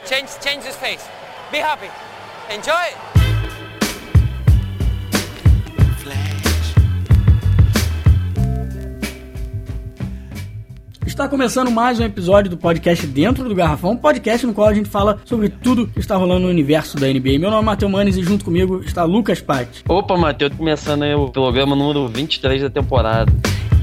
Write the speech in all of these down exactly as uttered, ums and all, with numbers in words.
Change, change his face. Be happy. Enjoy. Está começando mais um episódio do podcast Dentro do Garrafão, um podcast no qual a gente fala sobre tudo que está rolando no universo da N B A. Meu nome é Matheus Manes e junto comigo está Lucas Patti. Opa, Matheus, começando aí o programa número vinte e três da temporada.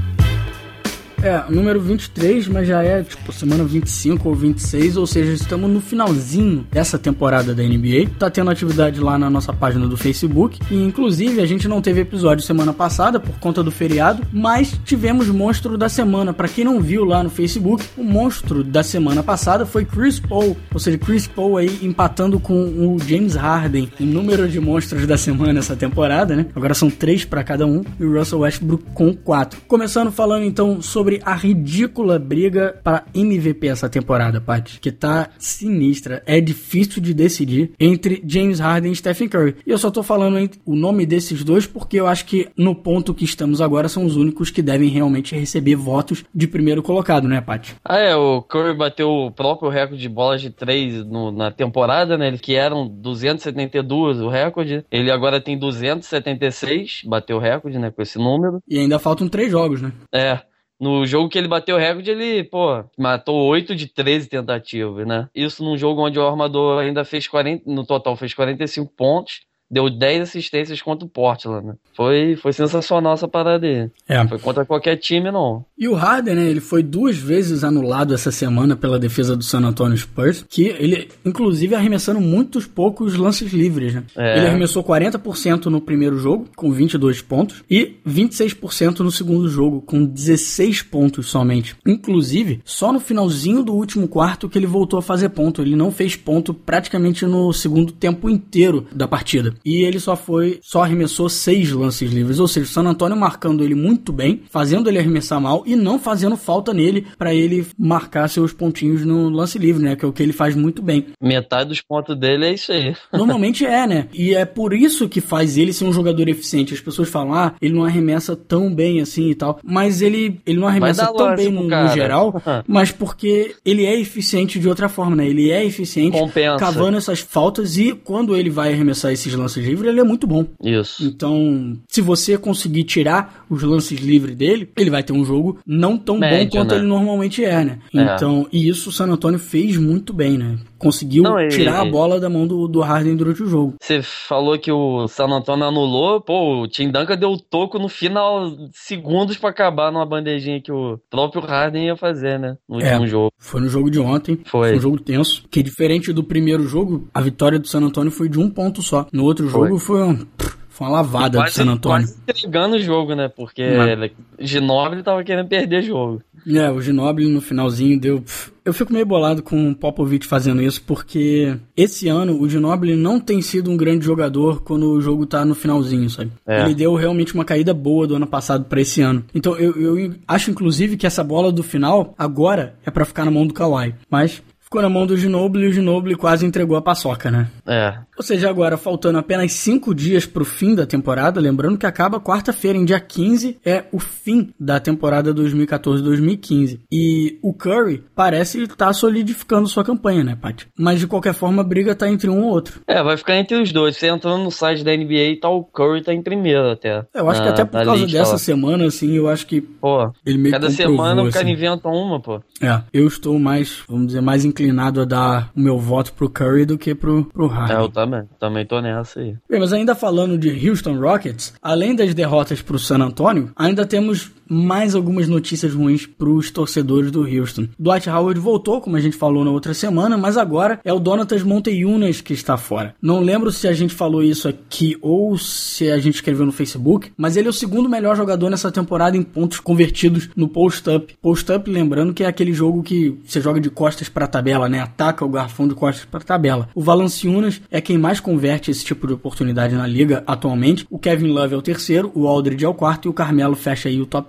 É, número vinte e três, mas já é tipo semana vinte e cinco ou vinte e seis, ou seja, estamos no finalzinho dessa temporada da N B A. Tá tendo atividade lá na nossa página do Facebook, e inclusive a gente não teve episódio semana passada por conta do feriado, mas tivemos monstro da semana. Pra quem não viu lá no Facebook, o monstro da semana passada foi Chris Paul, ou seja, Chris Paul aí empatando com o James Harden em número de monstros da semana essa temporada, né? Agora são três pra cada um, e o Russell Westbrook com quatro. Começando falando então sobre a ridícula briga para M V P essa temporada, Paty, que tá sinistra. É difícil de decidir entre James Harden e Stephen Curry. E eu só tô falando o nome desses dois porque eu acho que no ponto que estamos agora são os únicos que devem realmente receber votos de primeiro colocado, né, Paty? Ah, é, o Curry bateu o próprio recorde de bolas de três no, na temporada, né, que eram duzentos e setenta e dois o recorde. Ele agora tem duzentos e setenta e seis, bateu o recorde, né, com esse número. E ainda faltam três jogos, né? É. No jogo que ele bateu o recorde, ele, pô, matou oito de treze tentativas, né? Isso num jogo onde o armador ainda fez quarenta, no total fez quarenta e cinco pontos, deu dez assistências contra o Portland, né? Foi, foi sensacional essa parada aí. É. Foi contra qualquer time, não. E o Harden, né, ele foi duas vezes anulado essa semana pela defesa do San Antonio Spurs, que ele, inclusive, arremessando muitos poucos lances livres, né? É. Ele arremessou quarenta por cento no primeiro jogo, com vinte e dois pontos, e vinte e seis por cento no segundo jogo, com dezesseis pontos somente. Inclusive, só no finalzinho do último quarto que ele voltou a fazer ponto. Ele não fez ponto praticamente no segundo tempo inteiro da partida. E ele só foi, só arremessou seis lances livres, ou seja, o San Antonio marcando ele muito bem, fazendo ele arremessar mal e não fazendo falta nele pra ele marcar seus pontinhos no lance livre, né, que é o que ele faz muito bem. Metade dos pontos dele é isso aí. Normalmente é, né, e é por isso que faz ele ser um jogador eficiente. As pessoas falam, ah, ele não arremessa tão bem assim e tal, mas ele, ele não arremessa tão bem no, no geral, mas porque ele é eficiente de outra forma, né, ele é eficiente Compensa. Cavando essas faltas, e quando ele vai arremessar esses lances livres, ele é muito bom. Isso. Então, se você conseguir tirar os lances livres dele, ele vai ter um jogo não tão Médio, bom quanto né? ele normalmente é, né? É. Então, e isso o San Antonio fez muito bem, né? Conseguiu não, ele, tirar a bola da mão do, do Harden durante o jogo. Você falou que o San Antonio anulou, pô, o Tim Duncan deu toco no final, segundos pra acabar numa bandejinha que o próprio Harden ia fazer, né? No último é, jogo. Foi no jogo de ontem. Foi. Foi um jogo tenso. Que diferente do primeiro jogo, a vitória do San Antonio foi de um ponto só. No outro jogo foi, foi um... Foi uma lavada quase, do San Antonio. Quase entregando o jogo, né? Porque o Ginobili tava querendo perder o jogo. É, o Ginobili no finalzinho deu... Eu fico meio bolado com o Popovich fazendo isso, porque esse ano o Ginobili não tem sido um grande jogador quando o jogo tá no finalzinho, sabe? É. Ele deu realmente uma caída boa do ano passado pra esse ano. Então eu, eu acho, inclusive, que essa bola do final, agora, é pra ficar na mão do Kawhi. Mas... ficou na mão do Ginobili e o Ginobili quase entregou a paçoca, né? É. Ou seja, agora faltando apenas cinco dias pro fim da temporada, lembrando que acaba quarta-feira, em dia quinze, é o fim da temporada dois mil e catorze dois mil e quinze. E o Curry parece estar solidificando sua campanha, né, Paty? Mas de qualquer forma a briga tá entre um ou outro. É, vai ficar entre os dois. Você entrando no site da N B A e tá, o Curry tá em primeiro até. É, eu acho na, que até por causa dessa lá. semana, assim, eu acho que pô, ele meio cada semana o cara assim. inventa uma, pô. É, eu estou mais, vamos dizer, mais inclinado a dar o meu voto pro Curry do que pro, pro Harden. É, eu também, também tô nessa aí. Bem, mas ainda falando de Houston Rockets, além das derrotas pro San Antonio, ainda temos mais algumas notícias ruins pros torcedores do Houston. Dwight Howard voltou, como a gente falou na outra semana, mas agora é o Donatas Motiejunas que está fora. Não lembro se a gente falou isso aqui ou se a gente escreveu no Facebook, mas ele é o segundo melhor jogador nessa temporada em pontos convertidos no post-up. Post-up, lembrando que é aquele jogo que você joga de costas pra tabela, né? Ataca o garfão de costas pra tabela. O Valanciunas é quem mais converte esse tipo de oportunidade na liga atualmente. O Kevin Love é o terceiro, o Aldridge é o quarto e o Carmelo fecha aí o top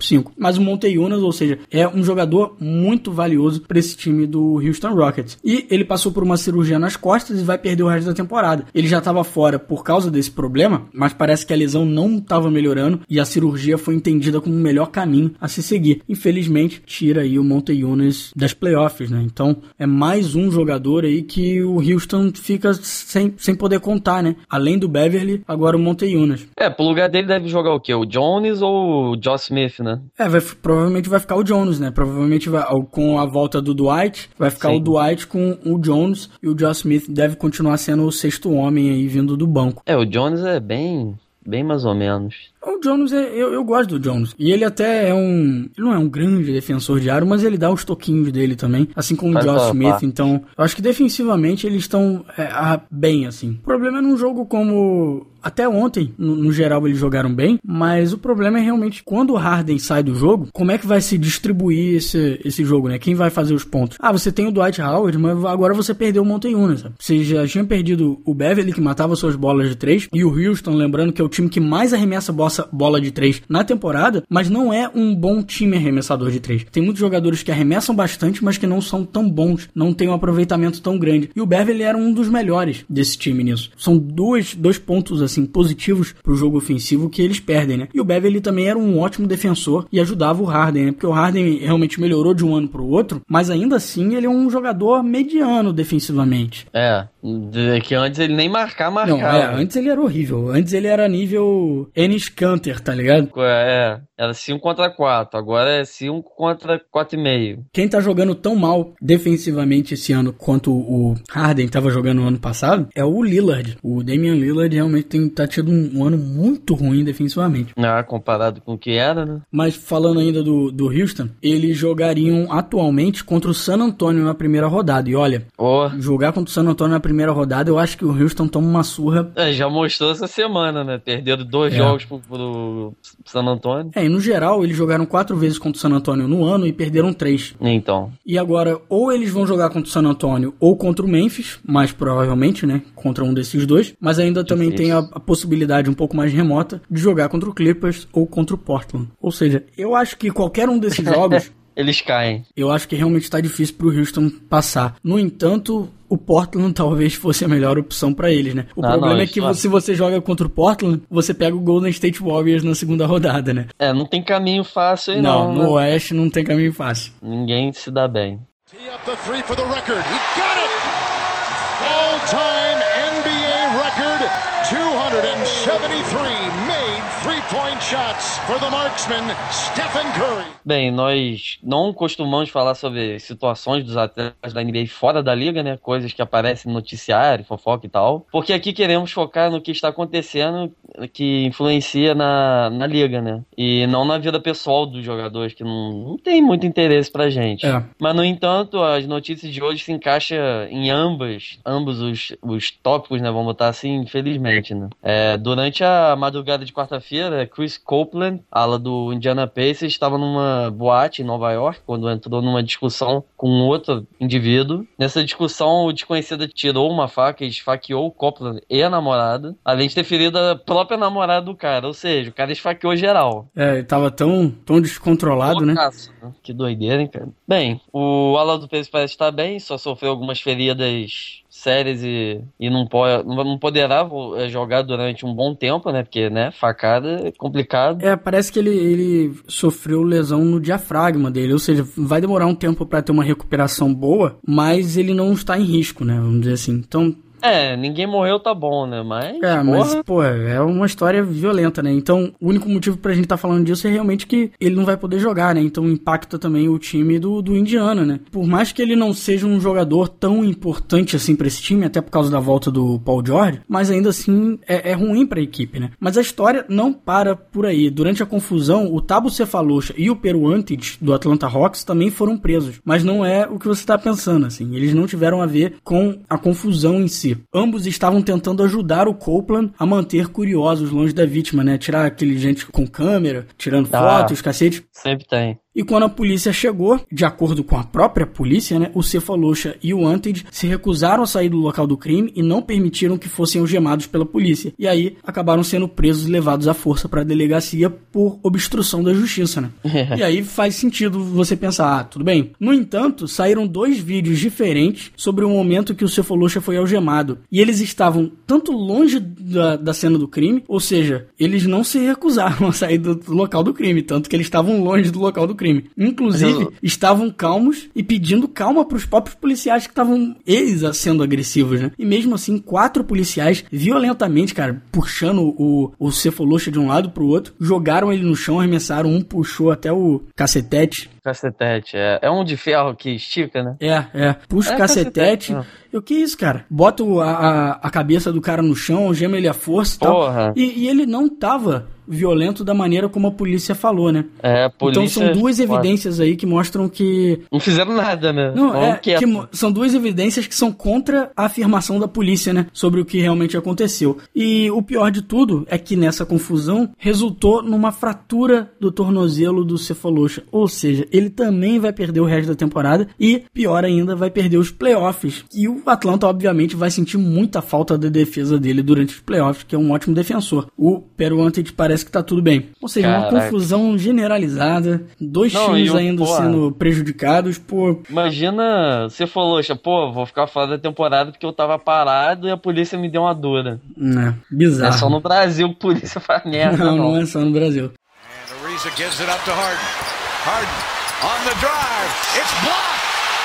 cinco. Mas o Motiejunas, ou seja, é um jogador muito valioso para esse time do Houston Rockets. E ele passou por uma cirurgia nas costas e vai perder o resto da temporada. Ele já estava fora por causa desse problema, mas parece que a lesão não estava melhorando e a cirurgia foi entendida como o melhor caminho a se seguir. Infelizmente, tira aí o Motiejunas das playoffs, né? Então, é mais um jogador aí que o Houston fica sem, sem poder contar, né? Além do Beverly, agora o Motiejunas. É, pro lugar dele deve jogar o quê? O Jones ou o Josh Smith, né? É, vai, provavelmente vai ficar o Jones, né? Provavelmente vai, com a volta do Dwight, vai ficar Sim. o Dwight com o Jones e o Josh Smith deve continuar sendo o sexto homem aí vindo do banco. É, o Jones é bem... bem mais ou menos. O Jones, é, eu, eu gosto do Jones. E ele até é um... Ele não é um grande defensor de aro, mas ele dá os toquinhos dele também. Assim como Faz o Josh Smith. Parte. Então, eu acho que defensivamente eles estão é, a, bem, assim. O problema é num jogo como... Até ontem, no, no geral, eles jogaram bem, mas o problema é realmente quando o Harden sai do jogo, como é que vai se distribuir esse, esse jogo, né? Quem vai fazer os pontos? Ah, você tem o Dwight Howard, mas agora você perdeu o Motiejunas, sabe? Você já tinha perdido o Beverly, que matava suas bolas de três, e o Houston, lembrando que é o time que mais arremessa bossa, bola de três na temporada, mas não é um bom time arremessador de três. Tem muitos jogadores que arremessam bastante, mas que não são tão bons, não tem um aproveitamento tão grande. E o Beverly era um dos melhores desse time nisso. São dois, dois pontos, assim, positivos pro jogo ofensivo que eles perdem, né? E o Beverly também era um ótimo defensor e ajudava o Harden, né? Porque o Harden realmente melhorou de um ano pro outro, mas ainda assim ele é um jogador mediano defensivamente. É, que antes ele nem marcar, marcava. Não, é, antes ele era horrível. Antes ele era nível Enes Kanter, tá ligado? É, era cinco contra quatro, agora é cinco contra quatro e meio. Quem tá jogando tão mal defensivamente esse ano quanto o Harden tava jogando no ano passado é o Lillard. O Damian Lillard realmente tem, tá tido um, um ano muito ruim defensivamente. Ah, comparado com o que era, né? Mas falando ainda do, do Houston, eles jogariam atualmente contra o San Antonio na primeira rodada. E olha, oh. jogar contra o San Antonio na primeira rodada, eu acho que o Houston toma uma surra. É, já mostrou essa semana, né? Perderam dois é. jogos pro, pro San Antonio. É, e no geral, eles jogaram quatro vezes contra o San Antonio no ano e perderam três. Então. E agora, ou eles vão jogar contra o San Antonio ou contra o Memphis, mais provavelmente, né? Contra um desses dois. Mas ainda Difícil. também tem a, a possibilidade um pouco mais remota de jogar contra o Clippers ou contra o Portland. Ou seja, eu acho que qualquer um desses jogos... Eles caem. Eu acho que realmente está difícil pro Houston passar. No entanto, o Portland talvez fosse a melhor opção para eles, né? O ah, problema não, é que se você joga contra o Portland, você pega o Golden State Warriors na segunda rodada, né? É, não tem caminho fácil aí não. Não, no né? Oeste não tem caminho fácil. Ninguém se dá bem. Tee up the three for the record. He got it! All-time N B A record, two seventy-three made three-point shots for the marksman, Stephen Curry. Bem, nós não costumamos falar sobre situações dos atletas da N B A fora da liga, né? Coisas que aparecem no noticiário, fofoca e tal. Porque aqui queremos focar no que está acontecendo que influencia na, na liga, né? E não na vida pessoal dos jogadores, que não, não tem muito interesse pra gente. É. Mas, no entanto, as notícias de hoje se encaixam em ambas, ambos os, os tópicos, né? Vamos botar assim, infelizmente, né? É, durante a madrugada de quarta-feira, Chris Copeland, ala do Indiana Pacers, estava numa boate em Nova York, quando entrou numa discussão com outro indivíduo. Nessa discussão, o desconhecido tirou uma faca e esfaqueou o Copeland e a namorada, além de ter ferido a própria namorada do cara, ou seja, o cara esfaqueou geral. É, ele tava tão, tão descontrolado, né? Loucaço, né? Que doideira, hein, cara? Bem, o ala do Pacers parece estar bem, só sofreu algumas feridas sérias e, e não, pode, não poderá jogar durante um bom tempo, né? Porque, né, facada é complicado. É, parece que ele, ele sofreu lesão no diafragma dele, ou seja, vai demorar um tempo pra ter uma recuperação boa, mas ele não está em risco, né? Vamos dizer assim. Então... É, ninguém morreu, tá bom, né? Mas, é, mas, pô, é uma história violenta, né? Então, o único motivo pra gente tá falando disso é realmente que ele não vai poder jogar, né? Então, impacta também o time do, do Indiana, né? Por mais que ele não seja um jogador tão importante assim pra esse time, até por causa da volta do Paul George, mas ainda assim é, é ruim pra equipe, né? Mas a história não para por aí. Durante a confusão, o Thabo Sefolosha e o Pero Antic, do Atlanta Hawks, também foram presos. Mas não é o que você tá pensando, assim. Eles não tiveram a ver com a confusão em si. Ambos estavam tentando ajudar o Copeland a manter curiosos longe da vítima, né? Tirar aquele gente com câmera, tirando ah, fotos, cacete. Sempre tem. E quando a polícia chegou, de acordo com a própria polícia, né, o Cephalosha e o Anted se recusaram a sair do local do crime e não permitiram que fossem algemados pela polícia. E aí acabaram sendo presos e levados à força para a delegacia por obstrução da justiça, né? E aí faz sentido você pensar, ah, tudo bem. No entanto, saíram dois vídeos diferentes sobre o momento que o Cephalosha foi algemado. E eles estavam tanto longe da, da cena do crime, ou seja, eles não se recusaram a sair do, do local do crime, tanto que eles estavam longe do local do crime. Inclusive, eu... estavam calmos e pedindo calma para os próprios policiais que estavam eles sendo agressivos, né? E mesmo assim, quatro policiais violentamente, cara, puxando o, o Cephalosha de um lado pro outro, jogaram ele no chão, arremessaram, um puxou até o cacetete. Cacetete, é, é um de ferro que estica, né? É, é. Puxa é o cacetete. cacetete. E o que é isso, cara? Bota a, a, a cabeça do cara no chão, gema ele à força e Porra. tal. E, e ele não tava violento da maneira como a polícia falou, né? É, a polícia... Então são duas evidências aí que mostram que... Não fizeram nada, né? Não, é, que são duas evidências que são contra a afirmação da polícia, né? Sobre o que realmente aconteceu. E o pior de tudo é que nessa confusão resultou numa fratura do tornozelo do Cephalosha. Ou seja, ele também vai perder o resto da temporada e, pior ainda, vai perder os playoffs. E o Atlanta, obviamente, vai sentir muita falta da defesa dele durante os playoffs, que é um ótimo defensor. O Pero Anted parece que tá tudo bem. Ou seja, Caraca. uma confusão generalizada, dois Não, times eu, ainda porra. sendo prejudicados por... Imagina, você falou, pô, vou ficar fora da temporada porque eu tava parado e a polícia me deu uma dura. É, bizarro. É só no Brasil que a polícia faz merda. Não, não, não é só no Brasil. And Ariza gives it up to Harden. Harden on the drive. It's blocked.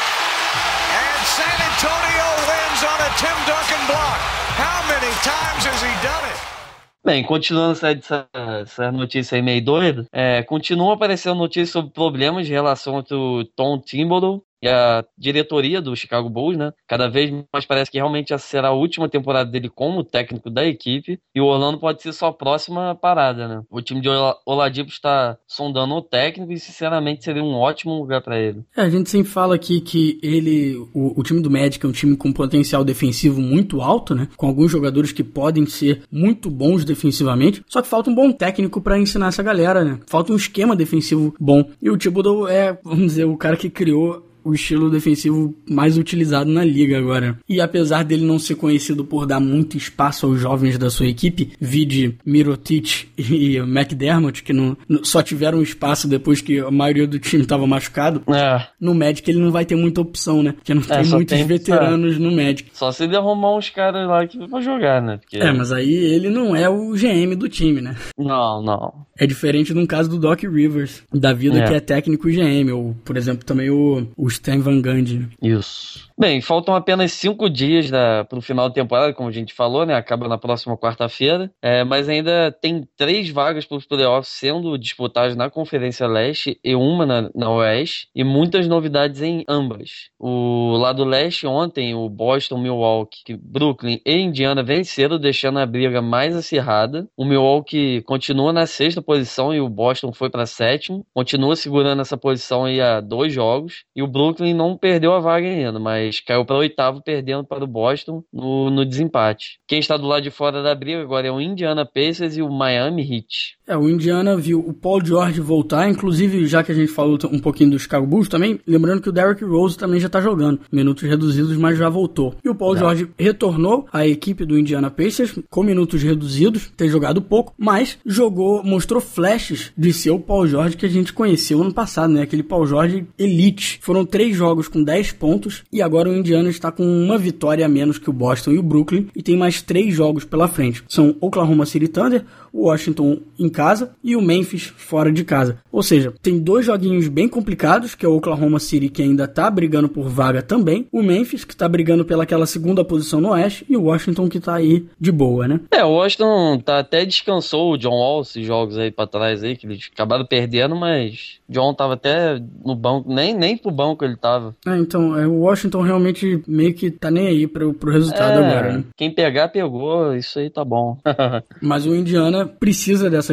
And San Antonio wins on a Tim Duncan block. How many times has he done it? Bem, continuando essa, essa, essa notícia aí meio doida, é, continua aparecendo notícias sobre problemas de relação entre o Tom Thibodeau e a diretoria do Chicago Bulls, né? Cada vez mais parece que realmente essa será a última temporada dele como técnico da equipe e o Orlando pode ser sua próxima parada, né? O time de Oladipo está sondando o técnico e sinceramente seria um ótimo lugar para ele. É, a gente sempre fala aqui que ele, o, o time do Magic é um time com potencial defensivo muito alto, né? Com alguns jogadores que podem ser muito bons defensivamente, só que falta um bom técnico para ensinar essa galera, né? Falta um esquema defensivo bom. E o Thibodeau é, vamos dizer, o cara que criou o estilo defensivo mais utilizado na liga agora. E apesar dele não ser conhecido por dar muito espaço aos jovens da sua equipe, vide Mirotic e McDermott, que não, só tiveram espaço depois que a maioria do time estava machucado, é. no Magic ele não vai ter muita opção, né? Porque não é, tem muitos tem veteranos no Magic. Só se ele arrumar uns caras lá que vai jogar, né? Porque... É, mas aí ele não é o G M do time, né? Não, não. É diferente de um caso do Doc Rivers, da vida, é. que é técnico e G M, ou, por exemplo, também o, o Stan Van Gundy. Isso. Bem, faltam apenas cinco dias para o final da temporada, como a gente falou, né? Acaba na próxima quarta-feira. É, mas ainda tem três vagas para os playoffs sendo disputadas na Conferência Leste e uma na, na Oeste. E muitas novidades em ambas. O lado leste, ontem, o Boston, Milwaukee, Brooklyn e Indiana venceram, deixando a briga mais acirrada. O Milwaukee continua na sexta posição e o Boston foi para sétimo. Continua segurando essa posição aí há dois jogos. E o Brooklyn não perdeu a vaga ainda, mas caiu para o oitavo, perdendo para o Boston no, no desempate. Quem está do lado de fora da briga agora é o Indiana Pacers e o Miami Heat. É, o Indiana viu o Paul George voltar, inclusive, já que a gente falou um pouquinho do Chicago Bulls também, lembrando que o Derrick Rose também já está jogando, minutos reduzidos, mas já voltou. E o Paul já. George retornou à equipe do Indiana Pacers com minutos reduzidos, tem jogado pouco, mas jogou, mostrou flashes de ser o Paul George que a gente conheceu ano passado, né? Aquele Paul George elite. Foram três jogos com dez pontos e agora o Indiana está com uma vitória a menos que o Boston e o Brooklyn e tem mais três jogos pela frente. São Oklahoma City Thunder, o Washington em casa e o Memphis fora de casa. Ou seja, tem dois joguinhos bem complicados, que é o Oklahoma City, que ainda tá brigando por vaga também, o Memphis, que tá brigando pelaquela segunda posição no Oeste, e o Washington, que tá aí de boa, né? É, o Washington tá, até descansou o John Wall, esses jogos aí pra trás aí, que eles acabaram perdendo, mas John tava até no banco, nem, nem pro banco ele tava. É, então, é, o Washington realmente meio que tá nem aí pro, pro resultado é, agora, né? Quem pegar, pegou, isso aí tá bom. Mas o Indiana precisa dessas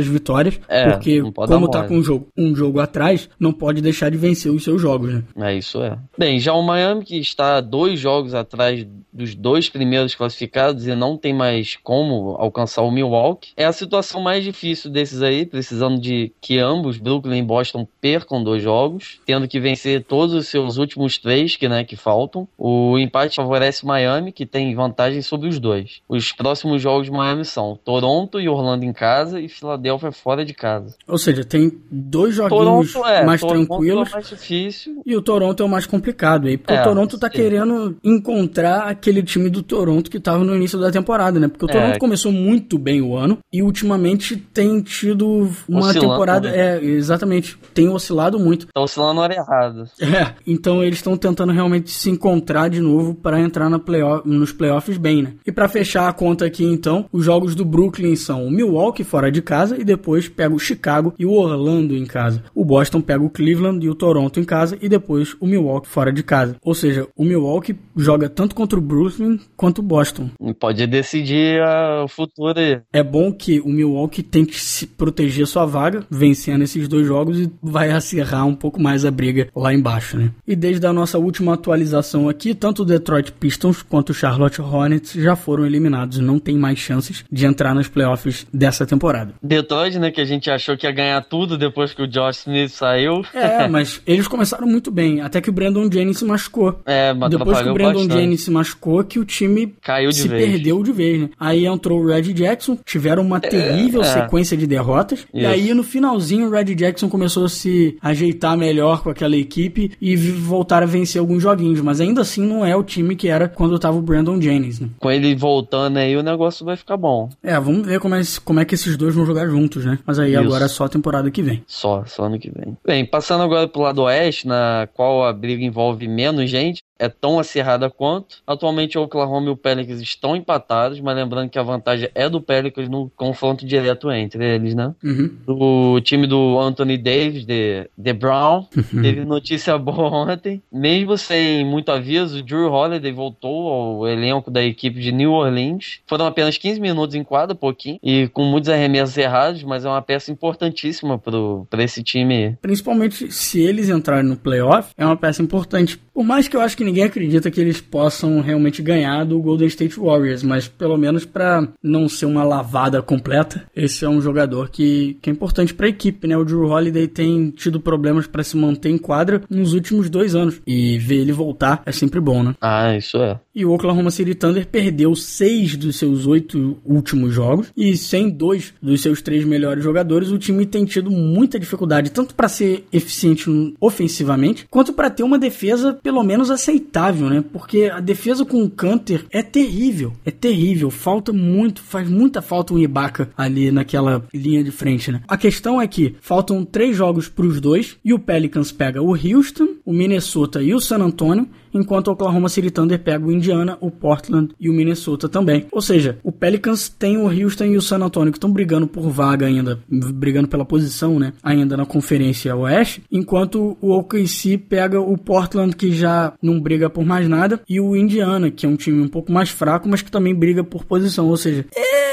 vitórias, É, porque não pode como dar tá mole. com um jogo, um jogo atrás, não pode deixar de vencer os seus jogos, né? É, isso é. Bem, já o Miami, que está dois jogos atrás dos dois primeiros classificados e não tem mais como alcançar o Milwaukee, é a situação mais difícil desses aí, precisando de que ambos, Brooklyn e Boston, percam dois jogos, tendo que vencer todos os seus últimos três que, né, que faltam. O empate favorece o Miami, que tem vantagem sobre os dois. Os próximos jogos de Miami são Toronto e Orlando em casa e Filadélfia fora de casa. Ou seja, tem dois joguinhos Toronto é, mais Toronto tranquilos é mais difícil. e o Toronto é o mais complicado aí, porque É, o Toronto tá sim. querendo encontrar aquele time do Toronto que tava no início da temporada, né? Porque o É. Toronto começou muito bem o ano e ultimamente tem tido uma Oscilando, temporada, né? é, exatamente, tem oscilado muito. Tá oscilando na hora errada. É, então eles estão tentando realmente se encontrar de novo para entrar na playoff, nos playoffs bem, né? E para fechar a conta aqui, então, os jogos do Brooklyn são o Milwaukee fora de casa e depois pega o Chicago e o Orlando em casa. O Boston pega o Cleveland e o Toronto em casa e depois o Milwaukee fora de casa. Ou seja, o Milwaukee joga tanto contra o Brooklyn quanto o Boston. Pode decidir a- o futuro aí. É bom que o Milwaukee tem que se proteger sua vaga, vencendo esses dois jogos e vai acirrar um pouco mais a briga lá embaixo, né? E desde a nossa última atualização aqui, tanto o Detroit Pistons quanto o Charlotte Hornets já foram eliminados e não tem mais chances de entrar nos playoffs dessa temporada. Detroit, né, que a gente achou que ia ganhar tudo depois que o Josh Smith saiu. É, mas eles começaram muito bem, até que o Brandon Jennings se machucou. É, mas Depois que o atrapalhou Brandon bastante. Jennings se machucou, que o time Caiu de se vez. perdeu de vez, né? Aí entrou o Red Jackson, tiveram uma terrível é. sequência de derrotas, e Isso. aí no finalzinho o Red Jackson começou a se ajeitar melhor com aquela equipe e v- voltar a vencer alguns joguinhos, mas ainda assim não é o time que era quando tava o Brandon Jennings, né? Com ele voltando aí, o negócio vai ficar bom. É, vamos ver como é, como é que esses dois vão jogar juntos, né? Mas aí Isso. agora é só a temporada que vem. Só, só ano que vem. Bem, passando agora pro lado oeste, na qual a briga envolve menos gente, é tão acirrada quanto. Atualmente o Oklahoma e o Pelicans estão empatados, mas lembrando que a vantagem é do Pelicans no confronto direto entre eles, né? Uhum. O time do Anthony Davis, de, de Brown, teve notícia boa ontem. Mesmo sem muito aviso, o Drew Holiday voltou ao elenco da equipe de New Orleans. Foram apenas quinze minutos em quadra, pouquinho, e com muitos arremessos errados, mas é uma peça importantíssima pro, pra esse time. Principalmente se eles entrarem no playoff, é uma peça importante. Por mais que eu acho que ninguém acredita que eles possam realmente ganhar do Golden State Warriors, mas pelo menos para não ser uma lavada completa, esse é um jogador que, que é importante para a equipe, né? O Drew Holiday tem tido problemas para se manter em quadra nos últimos dois anos e ver ele voltar é sempre bom, né? Ah, isso é. E o Oklahoma City Thunder perdeu seis dos seus oito últimos jogos e sem dois dos seus três melhores jogadores, o time tem tido muita dificuldade, tanto para ser eficiente ofensivamente, quanto para ter uma defesa pelo menos aceitável, né? Porque a defesa com o Kanter é terrível, é terrível, falta muito, faz muita falta um Ibaka ali naquela linha de frente, né? A questão é que faltam três jogos para os dois e o Pelicans pega o Houston, o Minnesota e o San Antonio, enquanto o Oklahoma City Thunder pega o Indiana, o Portland e o Minnesota também. Ou seja, o Pelicans tem o Houston e o San Antonio que estão brigando por vaga ainda, brigando pela posição, né, ainda na Conferência Oeste, enquanto o O K C pega o Portland, que já não briga por mais nada, e o Indiana, que é um time um pouco mais fraco, mas que também briga por posição. Ou seja,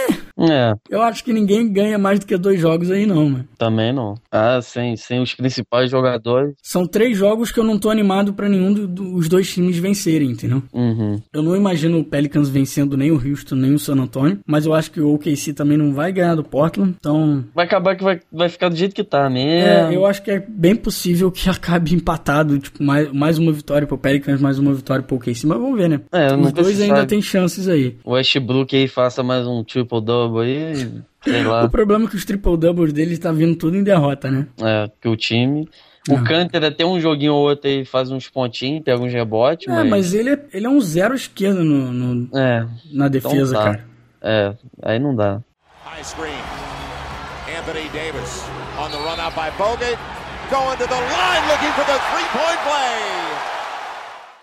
É, eu acho que ninguém ganha mais do que dois jogos aí não, mano. também não. Ah, sem, sem os principais jogadores. São três jogos que eu não tô animado pra nenhum dos do, do, dois times vencerem, entendeu? Uhum. Eu não imagino o Pelicans vencendo nem o Houston, nem o San Antonio, mas eu acho que o O K C também não vai ganhar do Portland, então... Vai acabar que vai, vai ficar do jeito que tá mesmo. É, eu acho que é bem possível que acabe empatado, tipo, mais, mais uma vitória pro Pelicans, mais uma vitória pro O K C, mas vamos ver, né? É, Os nunca dois se ainda sabe. têm chances aí. O Westbrook aí faça mais um triple-double aí, sei lá. O problema é que os triple-doubles dele tá vindo tudo em derrota, né? É, que o time... O Não. Kanter até um joguinho ou outro aí faz uns pontinhos, pega uns rebotes, É, mas... mas ele é, ele é um zero esquerdo no, no- É, na defesa, então tá. cara. É, aí não dá. High screen. Anthony Davis on the run out by Bogut. Going to the line looking for the three-point play.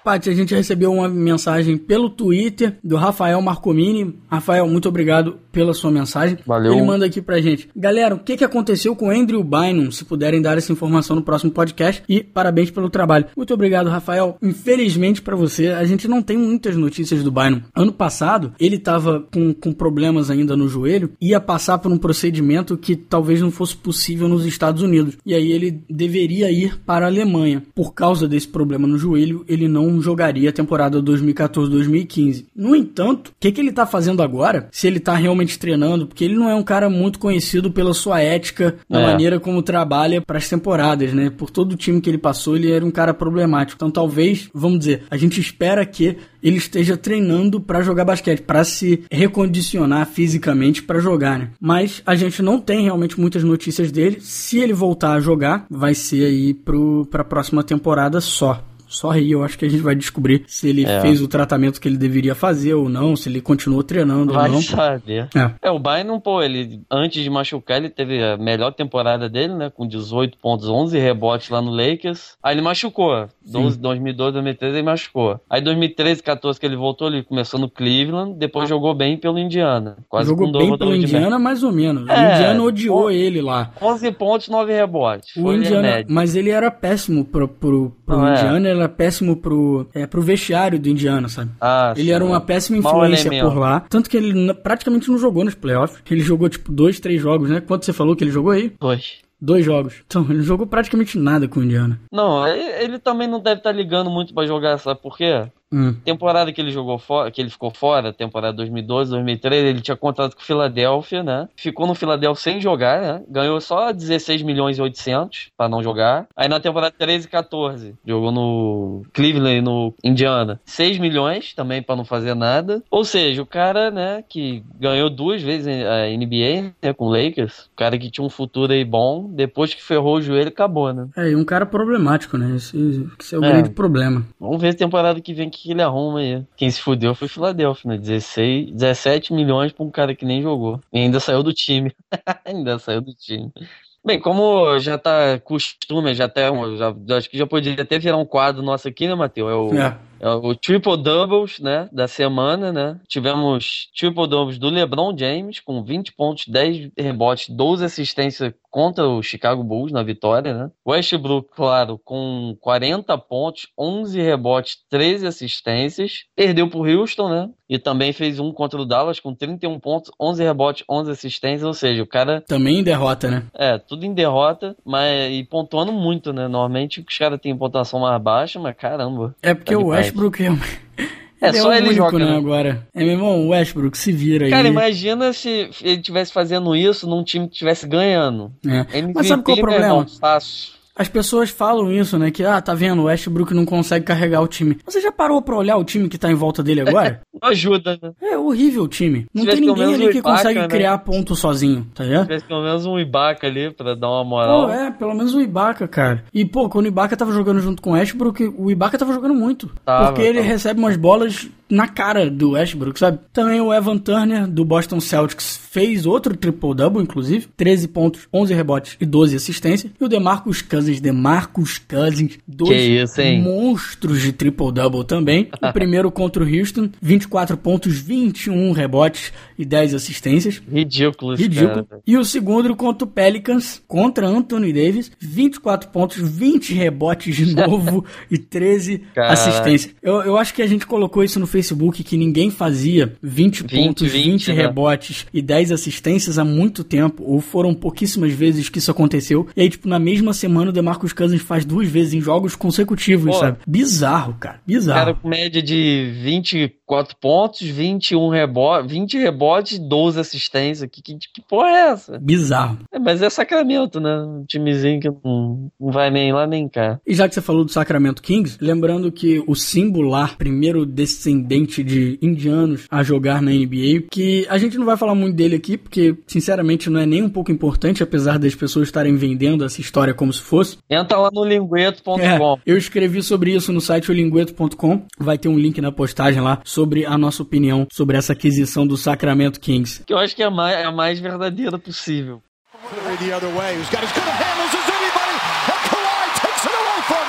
Paty, a gente recebeu uma mensagem pelo Twitter do Rafael Marcomini. Rafael, muito obrigado pela sua mensagem. Valeu. Ele manda aqui pra gente. Galera, o que, que aconteceu com o Andrew Bynum? Se puderem dar essa informação no próximo podcast. E parabéns pelo trabalho. Muito obrigado, Rafael. Infelizmente pra você, a gente não tem muitas notícias do Bynum. Ano passado, ele tava com, com problemas ainda no joelho. Ia passar por um procedimento que talvez não fosse possível nos Estados Unidos. E aí ele deveria ir para a Alemanha. Por causa desse problema no joelho, ele não jogaria a temporada dois mil e catorze dois mil e quinze. No entanto, o que, que ele tá fazendo agora? Se ele tá realmente treinando, porque ele não é um cara muito conhecido pela sua ética, na é. maneira como trabalha para as temporadas, né? Por todo o time que ele passou, ele era um cara problemático. Então talvez, vamos dizer, a gente espera que ele esteja treinando para jogar basquete, para se recondicionar fisicamente para jogar, né? Mas a gente não tem realmente muitas notícias dele. Se ele voltar a jogar, vai ser aí pro, pra próxima temporada só. Só aí eu acho que a gente vai descobrir se ele é. fez o tratamento que ele deveria fazer ou não, se ele continuou treinando vai ou não. Vai saber. É. é, o Bynum, pô, ele, antes de machucar, ele teve a melhor temporada dele, né, com dezoito pontos, onze rebotes lá no Lakers. Aí ele machucou. dois mil e doze, dois mil e treze ele machucou. Aí dois mil e treze, catorze que ele voltou, ele começou no Cleveland, depois jogou bem pelo Indiana. Quase jogou com bem pelo Indiana, mais ou menos. É, o Indiana odiou ele lá. onze pontos, nove rebotes. O Indiana, mas ele era péssimo pro, pro, pro Não, Indiana, é. ele era péssimo pro, é, pro vestiário do Indiana, sabe? Ah, ele sim, era uma péssima influência por lá. Tanto que ele praticamente não jogou nos playoffs. Ele jogou tipo dois, três jogos, né? Quanto você falou que ele jogou aí? Dois. Dois jogos. Então, ele não jogou praticamente nada com o Indiana. Não, ele também não deve estar ligando muito pra jogar, sabe por quê? Hum. Temporada que ele jogou fora, que ele ficou fora, temporada dois mil e doze, dois mil e treze, ele tinha contrato com o Philadelphia, né? Ficou no Philadelphia sem jogar, né? Ganhou só dezesseis milhões e oitocentos pra não jogar. Aí na temporada treze e catorze, jogou no Cleveland e no Indiana, seis milhões também pra não fazer nada. Ou seja, o cara, né, que ganhou duas vezes a N B A, né, com o Lakers, o cara que tinha um futuro aí bom, depois que ferrou o joelho, acabou, né? É, e um cara problemático, né? Esse, esse é o é. grande problema. Vamos ver a temporada que vem que ele arruma aí. Quem se fudeu foi o Philadelphia, né? dezesseis, dezessete milhões pra um cara que nem jogou. E ainda saiu do time. ainda saiu do time. Bem, como já tá costume, já até já, já, acho que já poderia até virar um quadro nosso aqui, né, Matheus? É o, é. é o Triple Doubles, né, da semana, né? Tivemos Triple Doubles do LeBron James, com vinte pontos, dez rebotes, doze assistências contra o Chicago Bulls na vitória, né? Westbrook, claro, com quarenta pontos, onze rebotes, treze assistências. Perdeu pro Houston, né? E também fez um contra o Dallas com trinta e um pontos, onze rebotes, onze assistências. Ou seja, o cara... Também em derrota, né? É, tudo em derrota, mas e pontuando muito, né? Normalmente os caras têm pontuação mais baixa, mas caramba. É porque tá o Westbrook é... É, ele só é o ele único, joga, né, né? agora. É, meu irmão, o Westbrook se vira aí. Cara, imagina se ele estivesse fazendo isso num time que estivesse ganhando. É. M V P, Mas sabe qual é o problema? Irmão, fácil. As pessoas falam isso, né? Que, ah, tá vendo, o Westbrook não consegue carregar o time. Você já parou pra olhar o time que tá em volta dele agora? Não ajuda, né? É horrível o time. Não tem ninguém ali que Ibaka, consegue né? criar ponto sozinho, tá ligado? Se tivesse pelo menos um Ibaka ali pra dar uma moral. Pô, é, pelo menos o Ibaka, cara. E, pô, quando o Ibaka tava jogando junto com o Westbrook, o Ibaka tava jogando muito. Tava, porque ele tava. recebe umas bolas na cara do Westbrook, sabe? Também o Evan Turner, do Boston Celtics, fez outro triple-double, inclusive. treze pontos, onze rebotes e doze assistências. E o DeMarcus Cousins, DeMarcus Cousins, dois isso, monstros de triple-double também. O primeiro contra o Houston, vinte e quatro pontos, vinte e um rebotes e dez assistências. Ridículo, Ridículo. Cara. E o segundo contra o Pelicans, contra Anthony Davis, vinte e quatro pontos, vinte rebotes de novo e treze Caraca. assistências. Eu, eu acho que a gente colocou isso no Facebook, que ninguém fazia vinte, vinte pontos, vinte, vinte né? rebotes e dez assistências há muito tempo, ou foram pouquíssimas vezes que isso aconteceu. E aí, tipo, na mesma semana o DeMarcus Cousins faz duas vezes em jogos consecutivos, Pô, sabe? Bizarro, cara. Bizarro. Cara, com média de vinte e quatro pontos, vinte e um rebotes, vinte rebotes, doze assistências. Que, que, que porra é essa? Bizarro. É, mas é Sacramento, né? Um timezinho que não, não vai nem lá nem cá. E já que você falou do Sacramento Kings, lembrando que o singular primeiro descendente de indianos a jogar na N B A, que a gente não vai falar muito dele aqui, porque sinceramente não é nem um pouco importante, apesar das pessoas estarem vendendo essa história como se fosse. Entra lá no lingueto ponto com. É, eu escrevi sobre isso no site o lingueto ponto com, vai ter um link na postagem lá sobre a nossa opinião sobre essa aquisição do Sacramento Kings. Que eu acho que é a mais, é a mais verdadeira possível.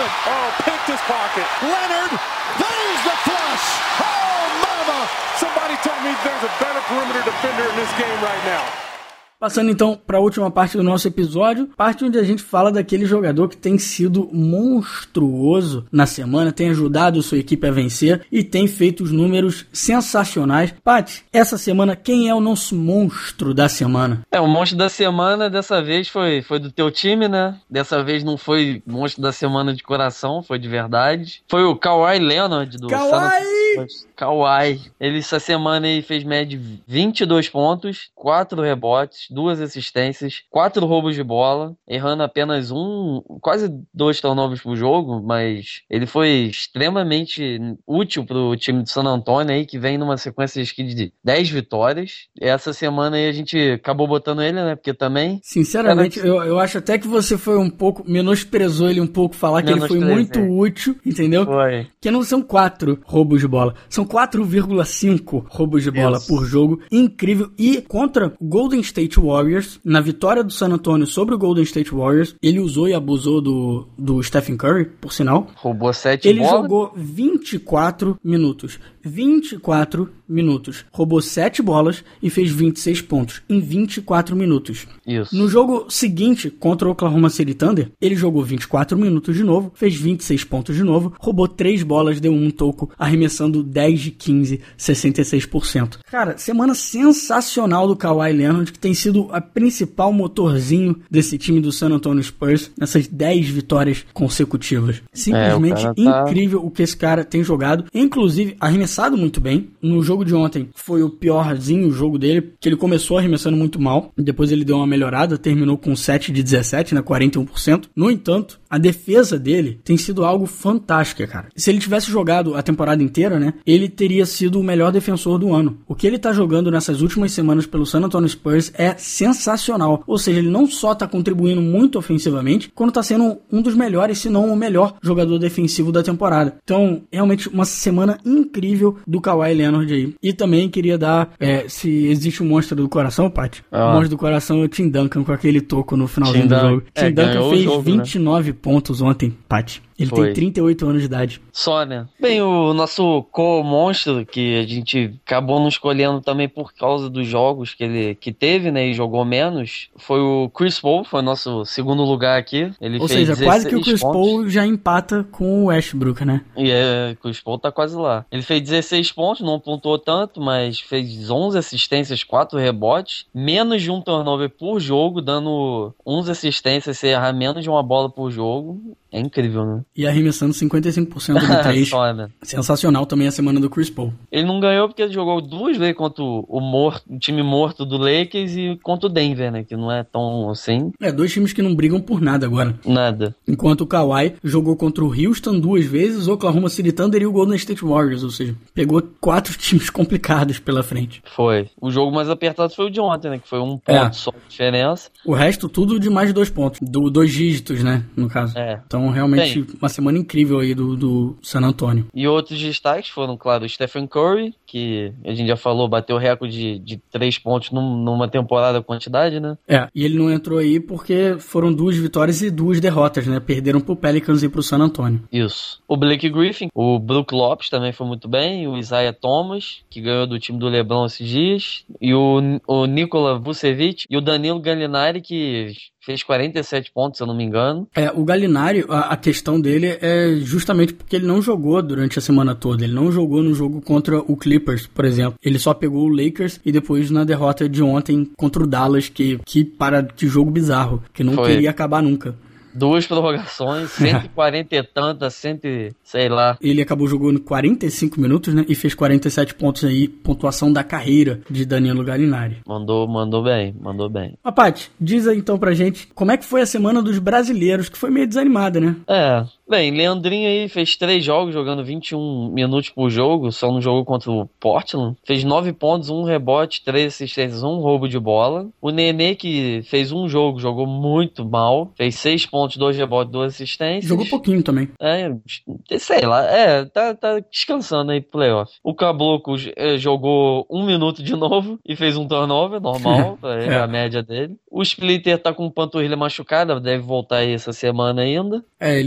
it. Oh, picked his pocket. Leonard, there's the flush. Oh, mama. Somebody tell me there's a better perimeter defender in this game right now. Passando então para a última parte do nosso episódio, parte onde a gente fala daquele jogador que tem sido monstruoso na semana, tem ajudado sua equipe a vencer e tem feito os números sensacionais. Paty, essa semana quem é o nosso monstro da semana? É, o monstro da semana dessa vez foi, foi do teu time, né? Dessa vez não foi monstro da semana de coração, foi de verdade. Foi o Kawhi Leonard do Kawhi! Kawhi. Ele essa semana aí fez média de vinte e dois pontos, quatro rebotes, duas assistências, quatro roubos de bola, errando apenas um, quase dois turnovers por jogo, mas ele foi extremamente útil pro time do San Antonio aí, que vem numa sequência de dez vitórias. Essa semana aí a gente acabou botando ele, né? Porque também... Sinceramente, era... eu, eu acho até que você foi um pouco, menosprezou ele um pouco, falar que ele foi muito útil, entendeu? Foi. Que não são quatro roubos de bola, são quatro vírgula cinco roubos de bola Isso. por jogo, incrível. E contra o Golden State Warriors, na vitória do San Antonio sobre o Golden State Warriors, ele usou e abusou do, do Stephen Curry, por sinal. Roubou sete Ele bolas. jogou vinte e quatro minutos. vinte e quatro minutos. Roubou sete bolas e fez vinte e seis pontos em vinte e quatro minutos. Isso. No jogo seguinte, contra o Oklahoma City Thunder, ele jogou vinte e quatro minutos de novo, fez vinte e seis pontos de novo, roubou três bolas, deu um toco, arremessando dez de quinze, sessenta e seis por cento. Cara, semana sensacional do Kawhi Leonard, que tem sido a principal motorzinho desse time do San Antonio Spurs nessas dez vitórias consecutivas. Simplesmente é, o tá... incrível o que esse cara tem jogado, inclusive arremessado muito bem. No jogo de ontem foi o piorzinho o jogo dele, que ele começou arremessando muito mal, depois ele deu uma melhorada, terminou com sete de dezessete, né, quarenta e um por cento. No entanto, a defesa dele tem sido algo fantástico, cara. Se ele tivesse jogado a temporada inteira, né, ele teria sido o melhor defensor do ano. O que ele tá jogando nessas últimas semanas pelo San Antonio Spurs é sensacional. Ou seja, ele não só tá contribuindo muito ofensivamente, quando tá sendo um dos melhores, se não o melhor jogador defensivo da temporada. Então, realmente uma semana incrível do Kawhi Leonard aí. E também queria dar, é, se existe um monstro do coração, Paty, ah. o monstro do coração é o Tim Duncan com aquele toco no finalzinho Tim do Dan- jogo. é, Tim Duncan fez jogo, vinte e nove né? pontos ontem, Paty. Ele Foi. tem trinta e oito anos de idade. Só, né? Bem, o nosso co-monstro, que a gente acabou não escolhendo também por causa dos jogos que ele que teve, né? E jogou menos, foi o Chris Paul, foi o nosso segundo lugar aqui. Ele Ou fez seja, quase que o Chris pontos. Paul já empata com o Westbrook, né? E é, o Chris Paul tá quase lá. Ele fez dezesseis pontos, não pontuou tanto, mas fez onze assistências, quatro rebotes, menos de um turnover por jogo, dando onze assistências, se errar menos de uma bola por jogo. É incrível, né? E arremessando cinquenta e cinco por cento do três. Só, né? Sensacional também a semana do Chris Paul. Ele não ganhou porque ele jogou duas vezes contra o, morto, o time morto do Lakers e contra o Denver, né? Que não é tão assim. É, dois times que não brigam por nada agora. Nada. Enquanto o Kawhi jogou contra o Houston duas vezes, o Oklahoma City Thunder e o Golden State Warriors, ou seja, pegou quatro times complicados pela frente. Foi. O jogo mais apertado foi o de ontem, né? Que foi um ponto É. só de diferença. O resto tudo de mais de dois pontos. Do, dois dígitos, né? No caso. É. Então, realmente, Bem, uma semana incrível aí do, do San Antonio. E outros destaques foram, claro, o Stephen Curry, que a gente já falou, bateu o recorde de, de três pontos num, numa temporada quantidade, né? É, e ele não entrou aí porque foram duas vitórias e duas derrotas, né? Perderam pro Pelicans e pro San Antonio. Isso. O Blake Griffin, o Brook Lopes também foi muito bem, o Isaiah Thomas, que ganhou do time do LeBron esses dias, e o, o Nikola Vucevic e o Danilo Gallinari, que fez quarenta e sete pontos, se eu não me engano. É, o Gallinari, a, a questão dele é justamente porque ele não jogou durante a semana toda. Ele não jogou no jogo contra o Clippers, por exemplo. Ele só pegou o Lakers e depois na derrota de ontem contra o Dallas, que, que para que jogo bizarro, que não Foi. queria acabar nunca. Duas prorrogações, cento e quarenta e tantas, cento, sei lá. Ele acabou jogando quarenta e cinco minutos, né? E fez quarenta e sete pontos aí, pontuação da carreira de Danilo Gallinari. Mandou, mandou bem, mandou bem. Mas, Paty, diz aí então pra gente como é que foi a semana dos brasileiros, que foi meio desanimada, né? É, bem, Leandrinho aí fez três jogos, jogando vinte e um minutos por jogo, só no jogo contra o Portland. Fez nove pontos, um rebote, três assistências, um roubo de bola. O Nenê, que fez um jogo, jogou muito mal, fez seis pontos, dois rebotes, duas assistências. Jogou pouquinho também. É, sei lá, é, tá, tá descansando aí pro playoff. O Caboclo é, jogou um minuto de novo e fez um turnover, normal, é, é a média dele. O Splitter tá com panturrilha machucada, deve voltar aí essa semana ainda. É, ele deu uma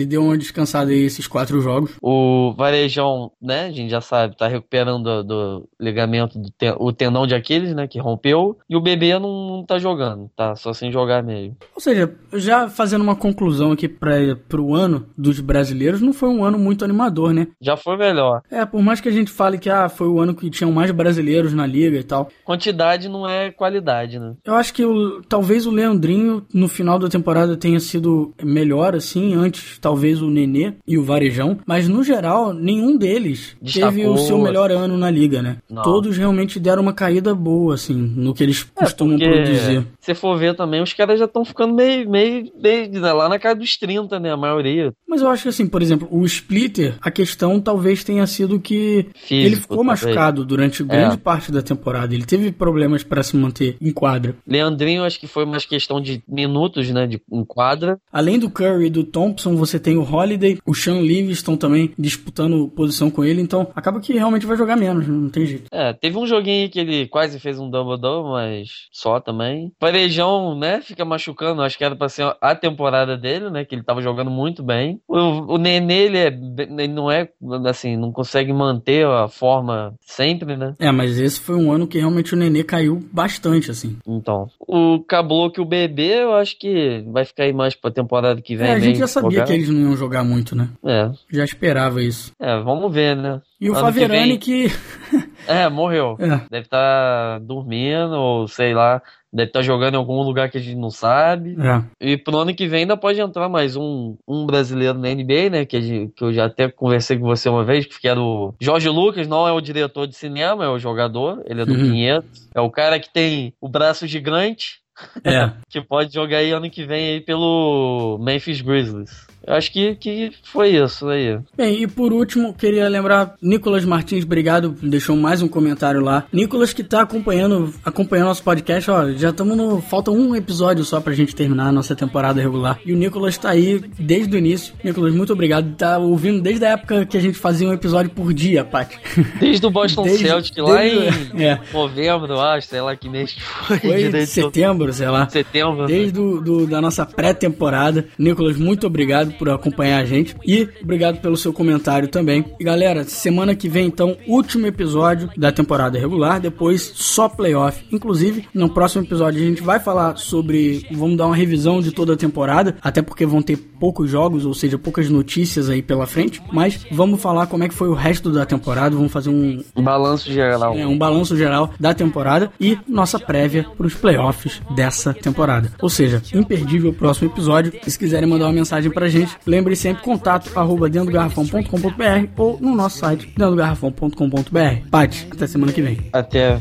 descansado aí esses quatro jogos. O Varejão, né, a gente já sabe, tá recuperando do, do ligamento, do ten, o tendão de Aquiles, né, que rompeu, e o bebê não, não tá jogando, tá só sem jogar mesmo. Ou seja, já fazendo uma conclusão aqui para pro ano dos brasileiros, não foi um ano muito animador, né? Já foi melhor. É, por mais que a gente fale que ah, foi o ano que tinham mais brasileiros na liga e tal. Quantidade não é qualidade, né? Eu acho que o, talvez o Leandrinho no final da temporada tenha sido melhor, assim, antes talvez o Nenê e o Varejão, mas no geral nenhum deles Destacou, teve o seu melhor ano na liga, né? Não. Todos realmente deram uma caída boa, assim, no que eles é, costumam produzir. Se for ver também, os caras já estão ficando meio, meio, meio lá na casa dos trinta, né? A maioria. Mas eu acho que assim, por exemplo, o Splitter, a questão talvez tenha sido que Físico, ele ficou talvez. machucado durante grande é. parte da temporada. Ele teve problemas para se manter em quadra. Leandrinho, acho que foi mais questão de minutos, né? De, em quadra. Além do Curry e do Thompson, você tem o Holiday, o Sean Livingston também disputando posição com ele. Então, acaba que realmente vai jogar menos, não tem jeito. É, teve um joguinho que ele quase fez um double-double, mas só também. Varejão, né? Fica machucando. Acho que era pra ser a temporada dele, né? Que ele tava jogando muito bem. O, o Nenê, ele, é, ele não é, assim, não consegue manter a forma sempre, né? É, mas esse foi um ano que realmente o Nenê caiu bastante, assim. Então, o Caboclo e o Bebê, eu acho que vai ficar aí mais pra temporada que vem. É, a gente já sabia jogar. que eles não iam jogar muito, né? É. Já esperava isso. É, vamos ver, né? E o ano Faverani que... Vem... que... É, morreu. É. Deve estar tá dormindo, ou sei lá, deve estar tá jogando em algum lugar que a gente não sabe. É. E pro ano que vem ainda pode entrar mais um, um brasileiro na N B A, né? Que, a gente, que eu já até conversei com você uma vez, que era o Jorge Lucas, não é o diretor de cinema, é o jogador, ele é do uhum. Pinheiros. É o cara que tem o braço gigante. É. Que pode jogar aí ano que vem aí pelo Memphis Grizzlies. Eu acho que, que foi isso aí. Bem, e por último, queria lembrar, Nicolas Martins, obrigado, deixou mais um comentário lá. Nicolas que tá acompanhando, acompanhando nosso podcast, ó, já estamos no... Falta um episódio só pra gente terminar a nossa temporada regular. E o Nicolas tá aí desde o início. Nicolas, muito obrigado. Tá ouvindo desde a época que a gente fazia um episódio por dia, Paty. Desde o Boston desde, Celtic, desde, lá em é. novembro, acho, sei lá que mês que foi. Foi setembro, sei lá. Setembro. Desde do, do, da nossa pré-temporada. Nicolas, muito obrigado por acompanhar a gente e obrigado pelo seu comentário também. E galera, semana que vem então, último episódio da temporada regular, depois só playoff. Inclusive, no próximo episódio a gente vai falar sobre, vamos dar uma revisão de toda a temporada, até porque vão ter poucos jogos, ou seja, poucas notícias aí pela frente, mas vamos falar como é que foi o resto da temporada, vamos fazer um, um balanço geral. É, um balanço geral da temporada e nossa prévia para os playoffs dessa temporada. Ou seja, imperdível o próximo episódio. E se quiserem mandar uma mensagem pra gente, lembre sempre, contato arroba dentro do garrafão ponto com ponto b r ou no nosso site dentro do garrafão ponto com ponto b r. Paty, até semana que vem. Até.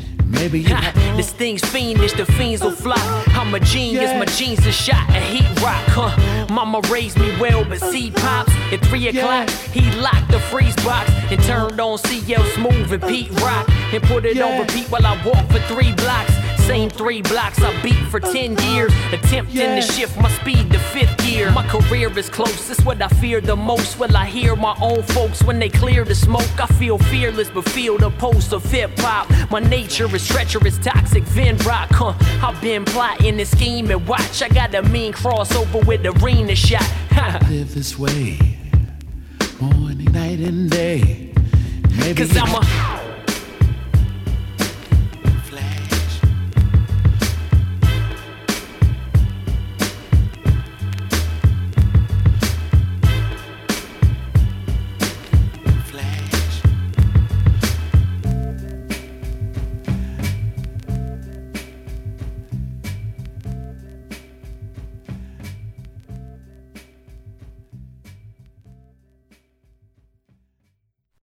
This thing's fiendish, the fiends will fly. I'm a genius, my jeans are shot and heat rock, huh? Mama raised me well, but see pops at three o'clock. He locked the freeze box and turned on C L Smooth and Pete Rock and put it on repeat while I walk for three blocks. Same three blocks I beat for ten years, attempting to shift my speed to fifth gear. My career is close, it's what I fear the most. Will I hear my own folks when they clear the smoke? I feel fearless but feel the pulse of hip-hop. My nature is treacherous, toxic, Vin Rock, huh? I've been plotting and scheming, watch. I got a mean crossover with arena shot. Live this way, morning, night and day. Maybe Cause I'm a